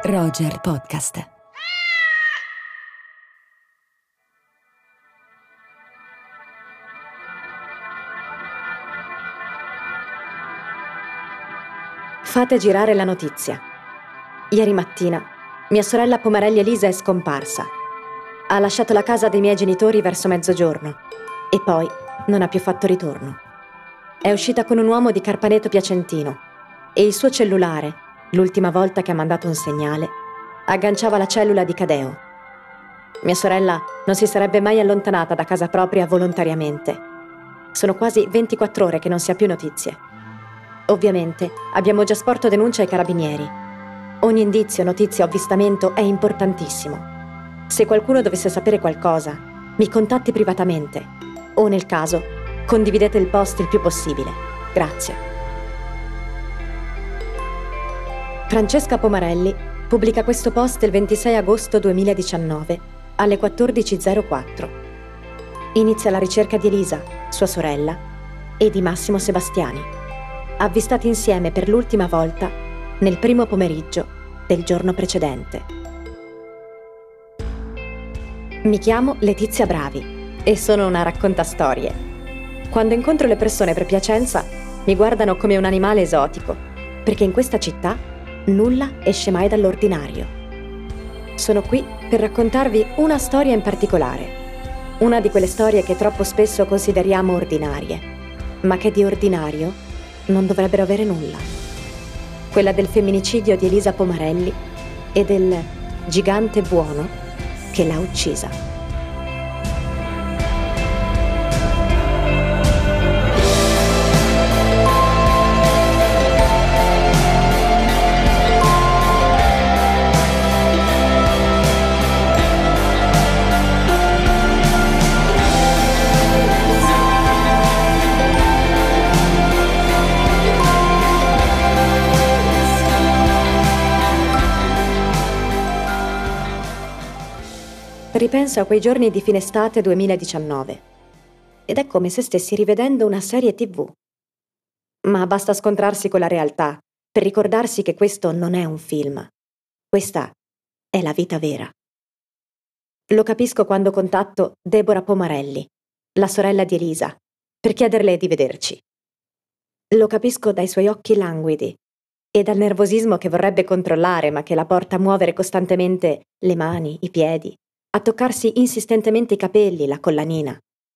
Roger Podcast. Fate girare la notizia. Ieri mattina mia sorella Pomarelli Elisa è scomparsa. Ha lasciato la casa dei miei genitori verso mezzogiorno e poi non ha più fatto ritorno. È uscita con un uomo di Carpaneto Piacentino e il suo cellulare, l'ultima volta che ha mandato un segnale, agganciava la cellula di Cadeo. Mia sorella non si sarebbe mai allontanata da casa propria volontariamente. Sono quasi 24 ore che non si ha più notizie. Ovviamente abbiamo già sporto denuncia ai carabinieri. Ogni indizio, notizia o avvistamento è importantissimo. Se qualcuno dovesse sapere qualcosa, mi contatti privatamente o, nel caso, condividete il post il più possibile. Grazie. Francesca Pomarelli pubblica questo post il 26 agosto 2019 alle 14:04. Inizia la ricerca di Elisa, sua sorella, e di Massimo Sebastiani, avvistati insieme per l'ultima volta nel primo pomeriggio del giorno precedente. Mi chiamo Letizia Bravi e sono una raccontastorie. Quando incontro le persone per Piacenza mi guardano come un animale esotico, perché in questa città nulla esce mai dall'ordinario. Sono qui per raccontarvi una storia in particolare, una di quelle storie che troppo spesso consideriamo ordinarie, ma che di ordinario non dovrebbero avere nulla. Quella del femminicidio di Elisa Pomarelli e del gigante buono che l'ha uccisa. Ripenso a quei giorni di fine estate 2019 ed è come se stessi rivedendo una serie TV. Ma basta scontrarsi con la realtà per ricordarsi che questo non è un film. Questa è la vita vera. Lo capisco quando contatto Deborah Pomarelli, la sorella di Elisa, per chiederle di vederci. Lo capisco dai suoi occhi languidi e dal nervosismo che vorrebbe controllare ma che la porta a muovere costantemente le mani, i piedi, a toccarsi insistentemente i capelli, la collanina.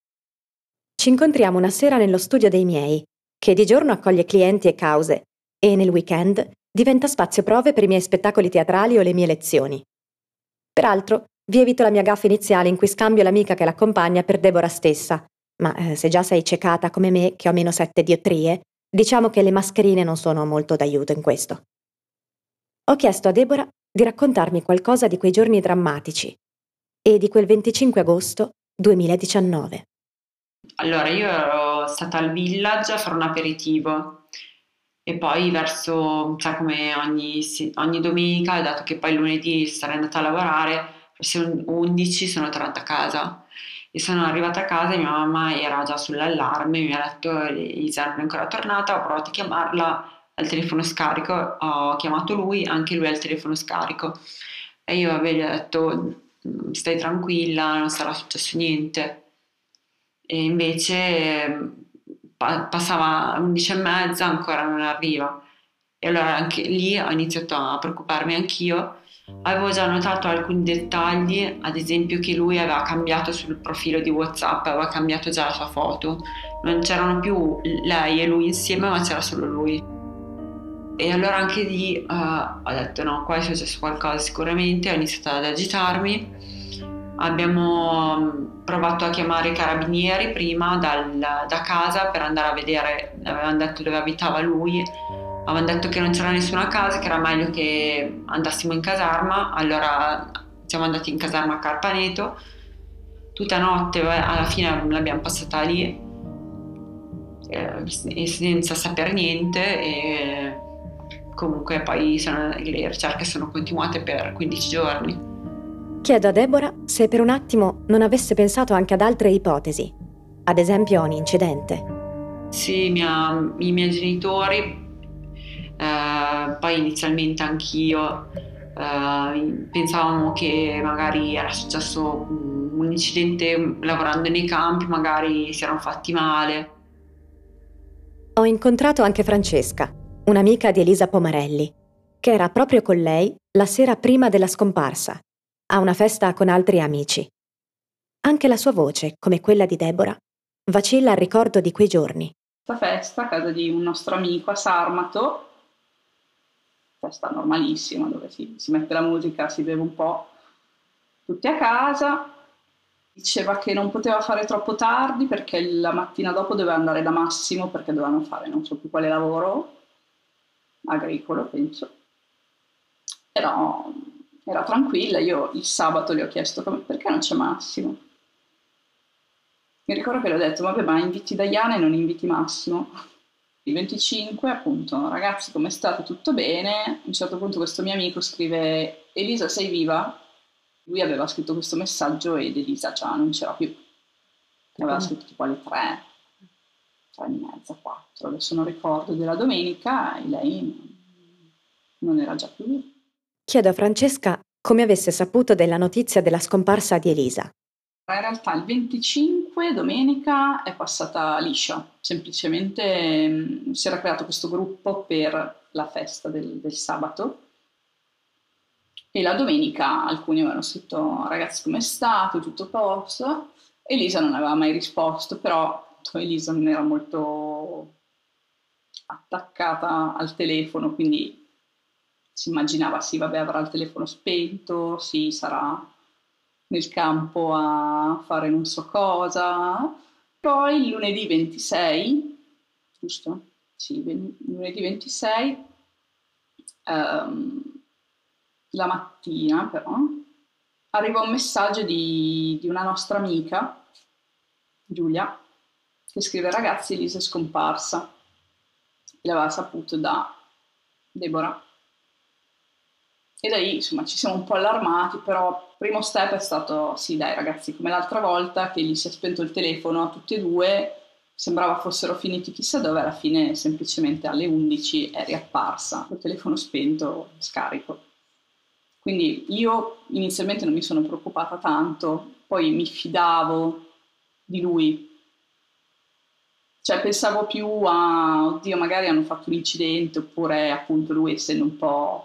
Ci incontriamo una sera nello studio dei miei, che di giorno accoglie clienti e cause, e nel weekend diventa spazio prove per i miei spettacoli teatrali o le mie lezioni. Peraltro, vi evito la mia gaffa iniziale in cui scambio l'amica che l'accompagna per Deborah stessa, ma se già sei ciecata come me, che ho -7 diottrie, diciamo che le mascherine non sono molto d'aiuto in questo. Ho chiesto a Deborah di raccontarmi qualcosa di quei giorni drammatici, e di quel 25 agosto 2019. Allora, io ero stata al Village a fare un aperitivo e poi verso, cioè come ogni domenica, dato che poi lunedì sarei andata a lavorare, verso 11 sono tornata a casa e sono arrivata a casa e mia mamma era già sull'allarme, mi ha detto Elisa non è ancora tornata, ho provato a chiamarla al telefono scarico, ho chiamato lui, anche lui al telefono scarico e io avevo detto stai tranquilla, non sarà successo niente. E invece passava 11:30, ancora non arriva. E allora anche lì ho iniziato a preoccuparmi anch'io. Avevo già notato alcuni dettagli, ad esempio che lui aveva cambiato sul profilo di WhatsApp, aveva cambiato già la sua foto. Non c'erano più lei e lui insieme, ma c'era solo lui. E allora anche lì ho detto no, qua è successo qualcosa sicuramente, ho iniziato ad agitarmi. Abbiamo provato a chiamare i carabinieri prima da casa per andare a vedere, avevano detto dove abitava lui, avevano detto che non c'era nessuna casa, che era meglio che andassimo in caserma, allora siamo andati in caserma a Carpaneto, tutta notte alla fine l'abbiamo passata lì e senza sapere niente e comunque poi le ricerche sono continuate per 15 giorni. Chiedo a Deborah se per un attimo non avesse pensato anche ad altre ipotesi, ad esempio a un incidente. Sì, i miei genitori, poi inizialmente anch'io, Pensavamo che magari era successo un incidente lavorando nei campi, magari si erano fatti male. Ho incontrato anche Francesca, un'amica di Elisa Pomarelli, che era proprio con lei la sera prima della scomparsa, a una festa con altri amici. Anche la sua voce, come quella di Deborah, vacilla al ricordo di quei giorni. Questa festa a casa di un nostro amico a Sarmato, festa normalissima dove si mette la musica, si beve un po', tutti a casa. Diceva che non poteva fare troppo tardi perché la mattina dopo doveva andare da Massimo perché dovevano fare non so più quale lavoro, agricolo penso. Però era tranquilla, io il sabato le ho chiesto perché non c'è Massimo. Mi ricordo che le ho detto, vabbè, ma inviti Diana e non inviti Massimo. Il 25, appunto, ragazzi, come state? Tutto bene? A un certo punto questo mio amico scrive, Elisa, sei viva? Lui aveva scritto questo messaggio ed Elisa già non c'era più. Aveva scritto tipo alle 3, 3 e mezza, 4, adesso non ricordo, della domenica, e lei non era già più viva. Chiedo a Francesca come avesse saputo della notizia della scomparsa di Elisa. In realtà il 25, domenica, è passata liscia, semplicemente si era creato questo gruppo per la festa del sabato e la domenica alcuni avevano scritto ragazzi come state, tutto a posto. Elisa non aveva mai risposto, però Elisa non era molto attaccata al telefono, quindi si immaginava sì, vabbè, avrà il telefono spento, sì, sarà nel campo a fare non so cosa. Poi il lunedì 26, giusto? Sì, lunedì 26, la mattina però, arriva un messaggio di una nostra amica, Giulia, che scrive ragazzi Elisa è scomparsa. L'aveva saputo da Deborah. E da lì, insomma, ci siamo un po' allarmati, però il primo step è stato, sì dai ragazzi, come l'altra volta che gli si è spento il telefono a tutti e due, sembrava fossero finiti chissà dove, alla fine semplicemente alle 11 è riapparsa, col telefono spento, scarico. Quindi io inizialmente non mi sono preoccupata tanto, poi mi fidavo di lui. Cioè pensavo più a, oddio, magari hanno fatto un incidente, oppure appunto lui essendo un po'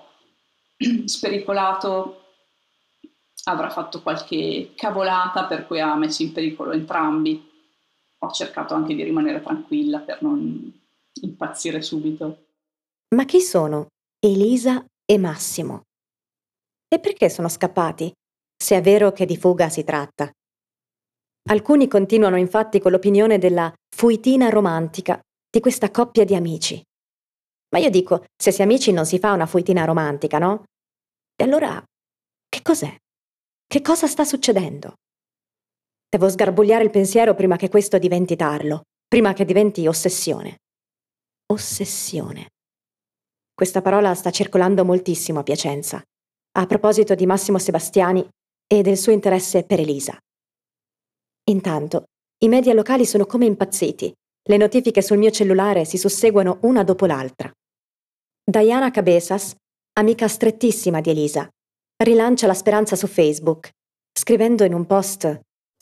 spericolato avrà fatto qualche cavolata per cui ha messo in pericolo entrambi. Ho cercato anche di rimanere tranquilla per non impazzire subito. Ma chi sono Elisa e Massimo? E perché sono scappati, se è vero che di fuga si tratta? Alcuni continuano infatti con l'opinione della fuitina romantica di questa coppia di amici. Ma io dico, se si è amici non si fa una fuitina romantica, no? E allora, che cos'è? Che cosa sta succedendo? Devo sgarbugliare il pensiero prima che questo diventi tarlo, prima che diventi ossessione. Ossessione. Questa parola sta circolando moltissimo a Piacenza, a proposito di Massimo Sebastiani e del suo interesse per Elisa. Intanto, i media locali sono come impazziti. Le notifiche sul mio cellulare si susseguono una dopo l'altra. Diana Cabezas, amica strettissima di Elisa, rilancia la speranza su Facebook, scrivendo in un post: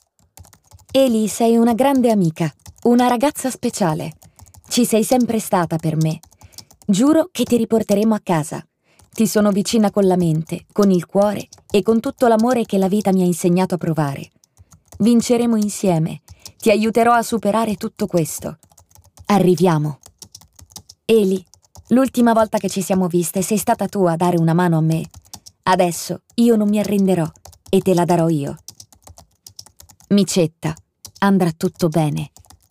Eli, sei una grande amica, una ragazza speciale. Ci sei sempre stata per me. Giuro che ti riporteremo a casa. Ti sono vicina con la mente, con il cuore e con tutto l'amore che la vita mi ha insegnato a provare. Vinceremo insieme. Ti aiuterò a superare tutto questo. Arriviamo. Eli, l'ultima volta che ci siamo viste sei stata tu a dare una mano a me. Adesso io non mi arrenderò e te la darò io. Micetta, andrà tutto bene.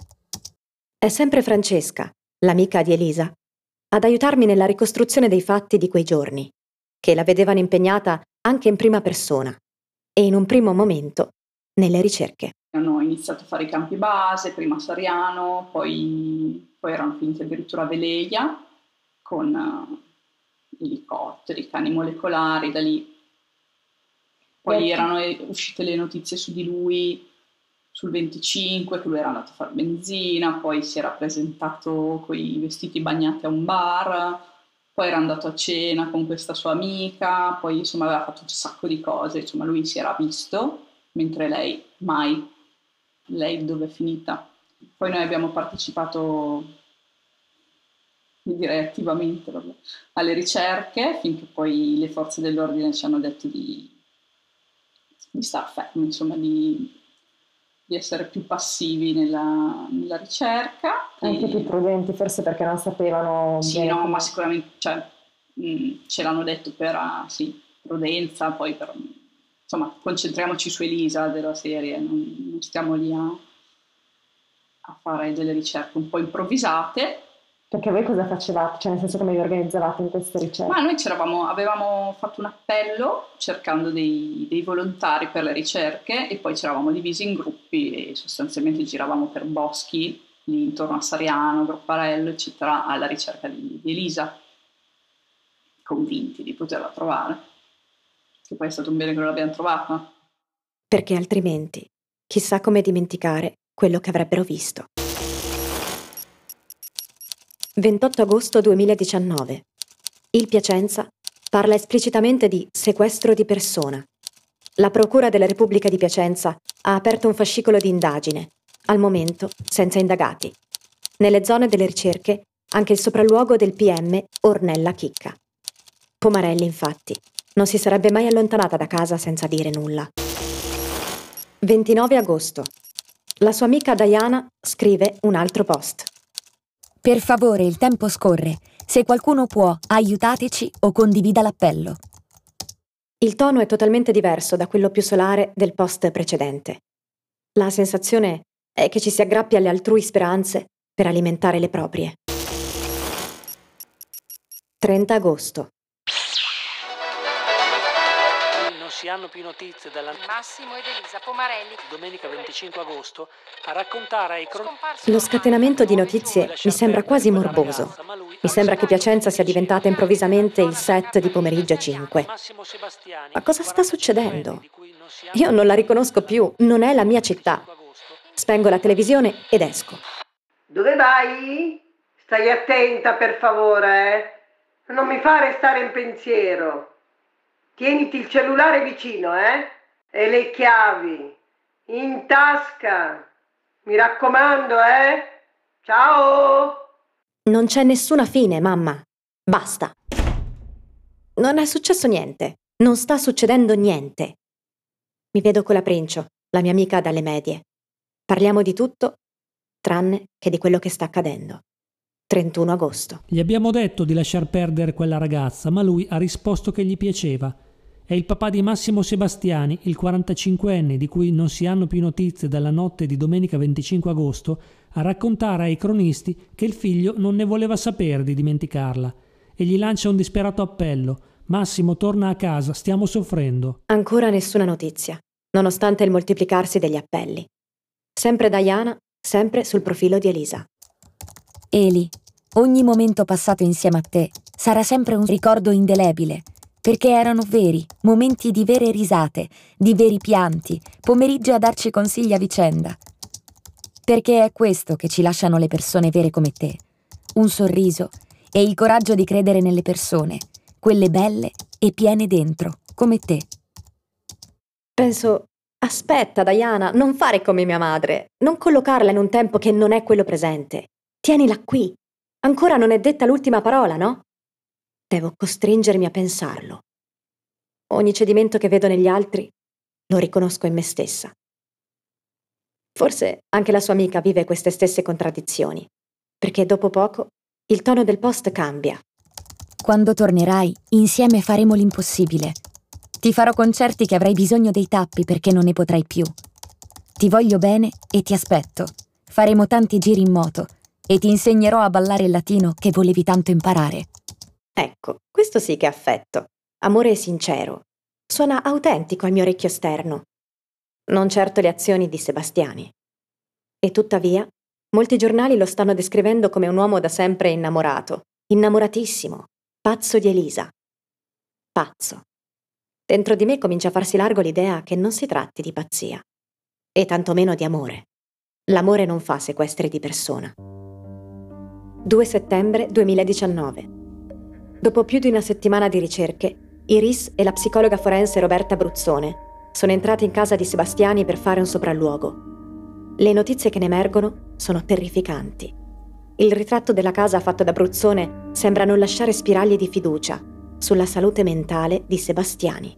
È sempre Francesca, l'amica di Elisa, ad aiutarmi nella ricostruzione dei fatti di quei giorni, che la vedevano impegnata anche in prima persona e in un primo momento nelle ricerche. Hanno iniziato a fare i campi base, prima a Sariano, poi erano finiti addirittura a Veleia con elicotteri, cani molecolari, da lì. Poi erano uscite le notizie su di lui sul 25, che lui era andato a fare benzina, poi si era presentato con i vestiti bagnati a un bar. poi era andato a cena con questa sua amica, poi insomma aveva fatto un sacco di cose, insomma lui si era visto, mentre lei mai. Lei dove è finita? Poi noi abbiamo partecipato, direi attivamente, alle ricerche, finché poi le forze dell'ordine ci hanno detto di star fermi, insomma di essere più passivi nella ricerca. Anche più prudenti, forse perché non sapevano Sì, bene no, come- ma sicuramente cioè, ce l'hanno detto per sì, prudenza, poi per, insomma, concentriamoci su Elisa della serie, non stiamo lì a fare delle ricerche un po' improvvisate. Perché voi cosa facevate? Cioè, nel senso, come vi organizzavate in queste ricerche? Ma noi avevamo fatto un appello cercando dei volontari per le ricerche e poi ci eravamo divisi in gruppi e sostanzialmente giravamo per boschi lì intorno a Sariano, Gropparello, eccetera, alla ricerca di Elisa, convinti di poterla trovare, che poi è stato un bene che non l'abbiamo trovata. Perché altrimenti, chissà come dimenticare quello che avrebbero visto. 28 agosto 2019. Il Piacenza parla esplicitamente di sequestro di persona. La Procura della Repubblica di Piacenza ha aperto un fascicolo di indagine, al momento senza indagati. Nelle zone delle ricerche anche il sopralluogo del PM Ornella Chicca. Pomarelli, infatti, non si sarebbe mai allontanata da casa senza dire nulla. 29 agosto. La sua amica Diana scrive un altro post. Per favore, il tempo scorre. Se qualcuno può, aiutateci o condivida l'appello. Il tono è totalmente diverso da quello più solare del post precedente. La sensazione è che ci si aggrappi alle altrui speranze per alimentare le proprie. 30 agosto. Non si hanno più notizie dalla Massimo ed Elisa Pomarelli. domenica 25 agosto a raccontare ai Lo scatenamento di notizie mi sembra quasi morboso. Mi sembra che Piacenza sia diventata improvvisamente il set di Pomeriggio 5. Ma cosa sta succedendo? Io non la riconosco più, non è la mia città. Spengo la televisione ed esco. Dove vai? Stai attenta, per favore, Non mi fare stare in pensiero. Tieniti il cellulare vicino, E le chiavi. In tasca. Mi raccomando, Ciao! Non c'è nessuna fine, mamma. Basta. Non è successo niente. Non sta succedendo niente. Mi vedo con la Princio, la mia amica dalle medie. Parliamo di tutto, tranne che di quello che sta accadendo. 31 agosto. Gli abbiamo detto di lasciar perdere quella ragazza, ma lui ha risposto che gli piaceva. È il papà di Massimo Sebastiani, il 45enne di cui non si hanno più notizie dalla notte di domenica 25 agosto, a raccontare ai cronisti che il figlio non ne voleva sapere di dimenticarla e gli lancia un disperato appello. Massimo, torna a casa, stiamo soffrendo. Ancora nessuna notizia, nonostante il moltiplicarsi degli appelli. Sempre Diana, sempre sul profilo di Elisa. Eli, ogni momento passato insieme a te sarà sempre un ricordo indelebile, perché erano veri, momenti di vere risate, di veri pianti, pomeriggi a darci consigli a vicenda. Perché è questo che ci lasciano le persone vere come te, un sorriso e il coraggio di credere nelle persone, quelle belle e piene dentro, come te. Penso, aspetta Diana, non fare come mia madre, non collocarla in un tempo che non è quello presente. Tienila qui. Ancora non è detta l'ultima parola, no? Devo costringermi a pensarlo. Ogni cedimento che vedo negli altri lo riconosco in me stessa. Forse anche la sua amica vive queste stesse contraddizioni, perché dopo poco il tono del post cambia. Quando tornerai, insieme faremo l'impossibile. Ti farò concerti che avrai bisogno dei tappi perché non ne potrai più. Ti voglio bene e ti aspetto. Faremo tanti giri in moto e ti insegnerò a ballare il latino che volevi tanto imparare. Ecco, questo sì che è affetto. Amore sincero. Suona autentico al mio orecchio esterno. Non certo le azioni di Sebastiani. E tuttavia, molti giornali lo stanno descrivendo come un uomo da sempre innamorato, innamoratissimo, pazzo di Elisa. Pazzo. Dentro di me comincia a farsi largo l'idea che non si tratti di pazzia, e tantomeno di amore. L'amore non fa sequestri di persona. 2 settembre 2019. Dopo più di una settimana di ricerche, Iris e la psicologa forense Roberta Bruzzone sono entrati in casa di Sebastiani per fare un sopralluogo. Le notizie che ne emergono sono terrificanti. Il ritratto della casa fatto da Bruzzone sembra non lasciare spiragli di fiducia sulla salute mentale di Sebastiani.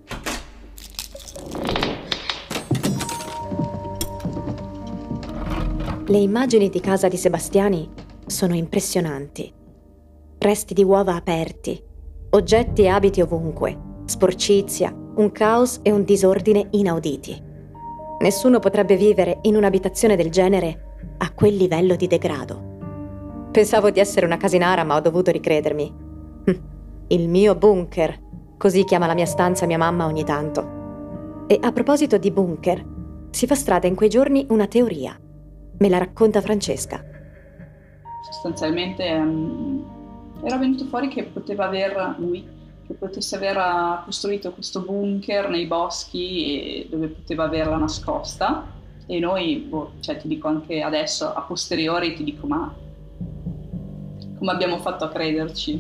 Le immagini di casa di Sebastiani sono impressionanti. Resti di uova aperti, oggetti e abiti ovunque, sporcizia, un caos e un disordine inauditi. Nessuno potrebbe vivere in un'abitazione del genere a quel livello di degrado. Pensavo di essere una casinara, ma ho dovuto ricredermi. Il mio bunker, così chiama la mia stanza mia mamma ogni tanto. E a proposito di bunker, si fa strada in quei giorni una teoria. Me la racconta Francesca. Sostanzialmente era venuto fuori che potesse aver costruito questo bunker nei boschi dove poteva averla nascosta, e noi, ti dico anche adesso, a posteriori ti dico, ma come abbiamo fatto a crederci?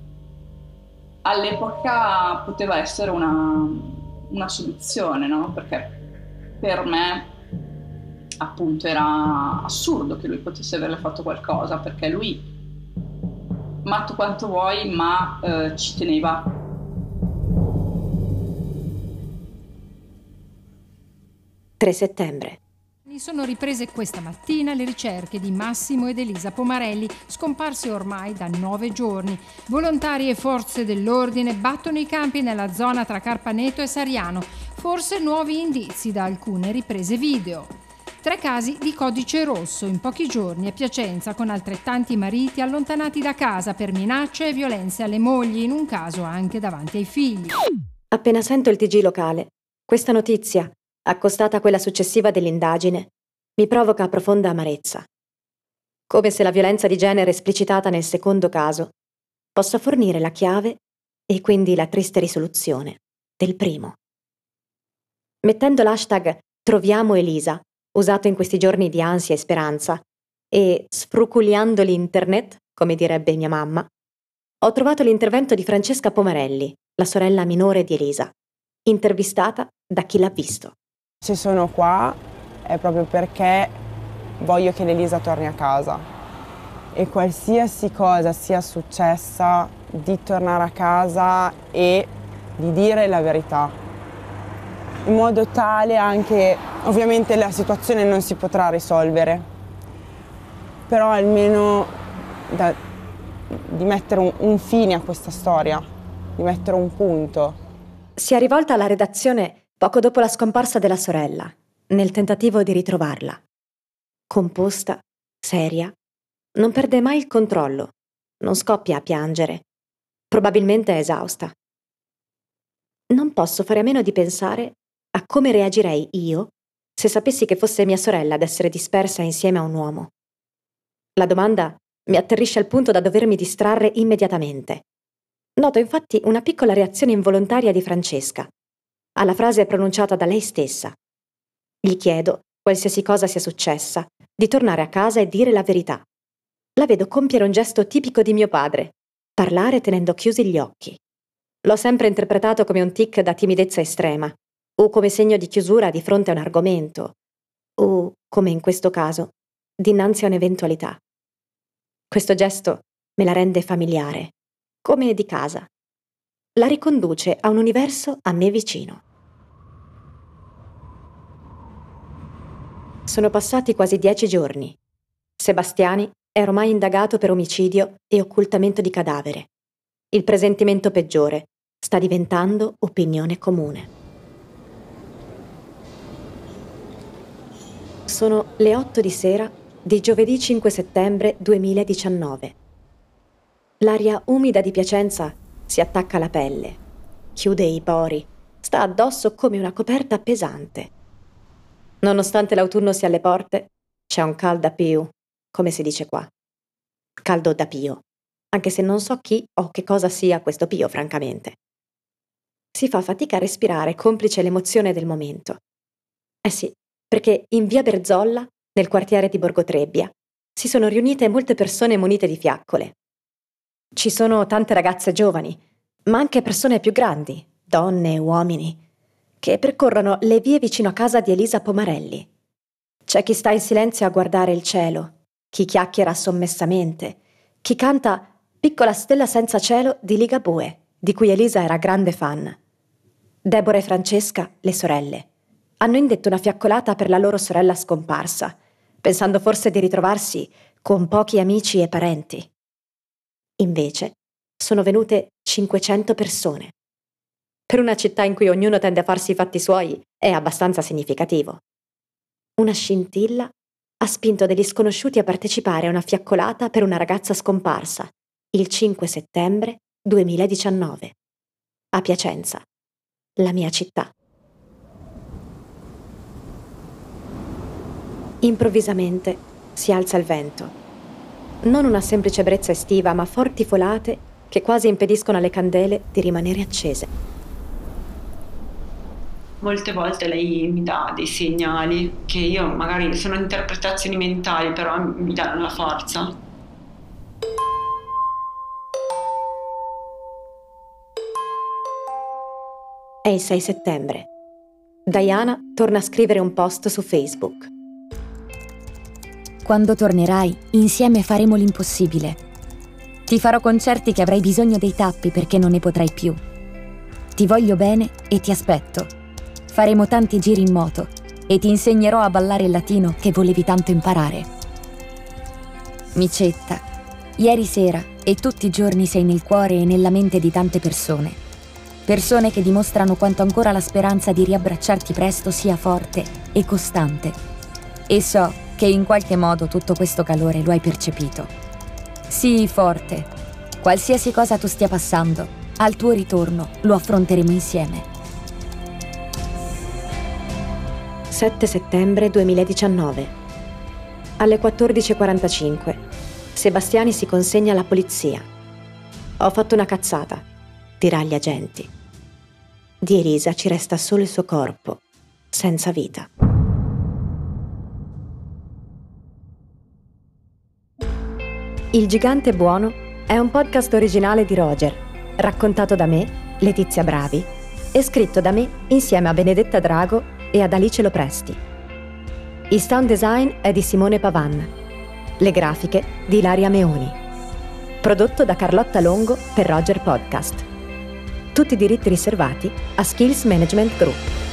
All'epoca poteva essere una soluzione, no? Perché per me appunto era assurdo che lui potesse averle fatto qualcosa, perché lui, matto quanto vuoi, ma ci teneva. Settembre. Sono riprese questa mattina le ricerche di Massimo ed Elisa Pomarelli, scomparsi ormai da 9 giorni. Volontari e forze dell'ordine battono i campi nella zona tra Carpaneto e Sariano. Forse nuovi indizi da alcune riprese video. 3 casi di codice rosso in pochi giorni a Piacenza, con altrettanti mariti allontanati da casa per minacce e violenze alle mogli, in un caso anche davanti ai figli. Appena sento il TG locale, questa notizia, accostata a quella successiva dell'indagine, mi provoca profonda amarezza. Come se la violenza di genere esplicitata nel secondo caso possa fornire la chiave e quindi la triste risoluzione del primo. Mettendo l'hashtag Troviamo Elisa, usato in questi giorni di ansia e speranza, e sfruculiando l'internet, come direbbe mia mamma, ho trovato l'intervento di Francesca Pomarelli, la sorella minore di Elisa, intervistata da Chi l'ha visto. Se sono qua è proprio perché voglio che Elisa torni a casa, e qualsiasi cosa sia successa, di tornare a casa e di dire la verità, in modo tale anche, ovviamente la situazione non si potrà risolvere, però almeno di mettere un fine a questa storia, di mettere un punto. Si è rivolta alla redazione poco dopo la scomparsa della sorella, nel tentativo di ritrovarla. Composta, seria, non perde mai il controllo, non scoppia a piangere, probabilmente è esausta. Non posso fare a meno di pensare a come reagirei io se sapessi che fosse mia sorella ad essere dispersa insieme a un uomo. La domanda mi atterrisce al punto da dovermi distrarre immediatamente. Noto infatti una piccola reazione involontaria di Francesca alla frase pronunciata da lei stessa. Gli chiedo, qualsiasi cosa sia successa, di tornare a casa e dire la verità. La vedo compiere un gesto tipico di mio padre, parlare tenendo chiusi gli occhi. L'ho sempre interpretato come un tic da timidezza estrema, o come segno di chiusura di fronte a un argomento, o, come in questo caso, dinanzi a un'eventualità. Questo gesto me la rende familiare, come di casa. La riconduce a un universo a me vicino. Sono passati quasi 10 giorni. Sebastiani è ormai indagato per omicidio e occultamento di cadavere. Il presentimento peggiore sta diventando opinione comune. Sono le 8 di sera di giovedì 5 settembre 2019. L'aria umida di Piacenza si attacca alla pelle, chiude i pori, sta addosso come una coperta pesante. Nonostante l'autunno sia alle porte, c'è un caldo a più, come si dice qua. Caldo da Pio, anche se non so chi o che cosa sia questo Pio, francamente. Si fa fatica a respirare, complice l'emozione del momento. Eh sì, perché in via Berzolla, nel quartiere di Borgo Trebbia, si sono riunite molte persone munite di fiaccole. Ci sono tante ragazze giovani, ma anche persone più grandi, donne e uomini, che percorrono le vie vicino a casa di Elisa Pomarelli. C'è chi sta in silenzio a guardare il cielo, chi chiacchiera sommessamente, chi canta Piccola stella senza cielo di Ligabue, di cui Elisa era grande fan. Deborah e Francesca, le sorelle, hanno indetto una fiaccolata per la loro sorella scomparsa, pensando forse di ritrovarsi con pochi amici e parenti. Invece, sono venute 500 persone. Per una città in cui ognuno tende a farsi i fatti suoi, è abbastanza significativo. Una scintilla ha spinto degli sconosciuti a partecipare a una fiaccolata per una ragazza scomparsa, il 5 settembre 2019, a Piacenza, la mia città. Improvvisamente si alza il vento. Non una semplice brezza estiva, ma forti folate che quasi impediscono alle candele di rimanere accese. Molte volte lei mi dà dei segnali che io magari sono interpretazioni mentali, però mi danno la forza. È il 6 settembre. Diana torna a scrivere un post su Facebook. Quando tornerai, insieme faremo l'impossibile. Ti farò concerti che avrai bisogno dei tappi perché non ne potrai più. Ti voglio bene e ti aspetto. Faremo tanti giri in moto e ti insegnerò a ballare il latino che volevi tanto imparare. Micetta, ieri sera e tutti i giorni sei nel cuore e nella mente di tante persone. Persone che dimostrano quanto ancora la speranza di riabbracciarti presto sia forte e costante. E so che in qualche modo tutto questo calore lo hai percepito. Sii forte. Qualsiasi cosa tu stia passando, al tuo ritorno lo affronteremo insieme. 7 settembre 2019. Alle 14:45. Sebastiani si consegna alla polizia. Ho fatto una cazzata, dirà agli agenti. Di Elisa ci resta solo il suo corpo, senza vita. Il gigante buono è un podcast originale di Roger, raccontato da me, Letizia Bravi, e scritto da me insieme a Benedetta Drago e ad Alice Lopresti. Il sound design è di Simone Pavan. Le grafiche di Ilaria Meoni. Prodotto da Carlotta Longo per Roger Podcast. Tutti i diritti riservati a Skills Management Group.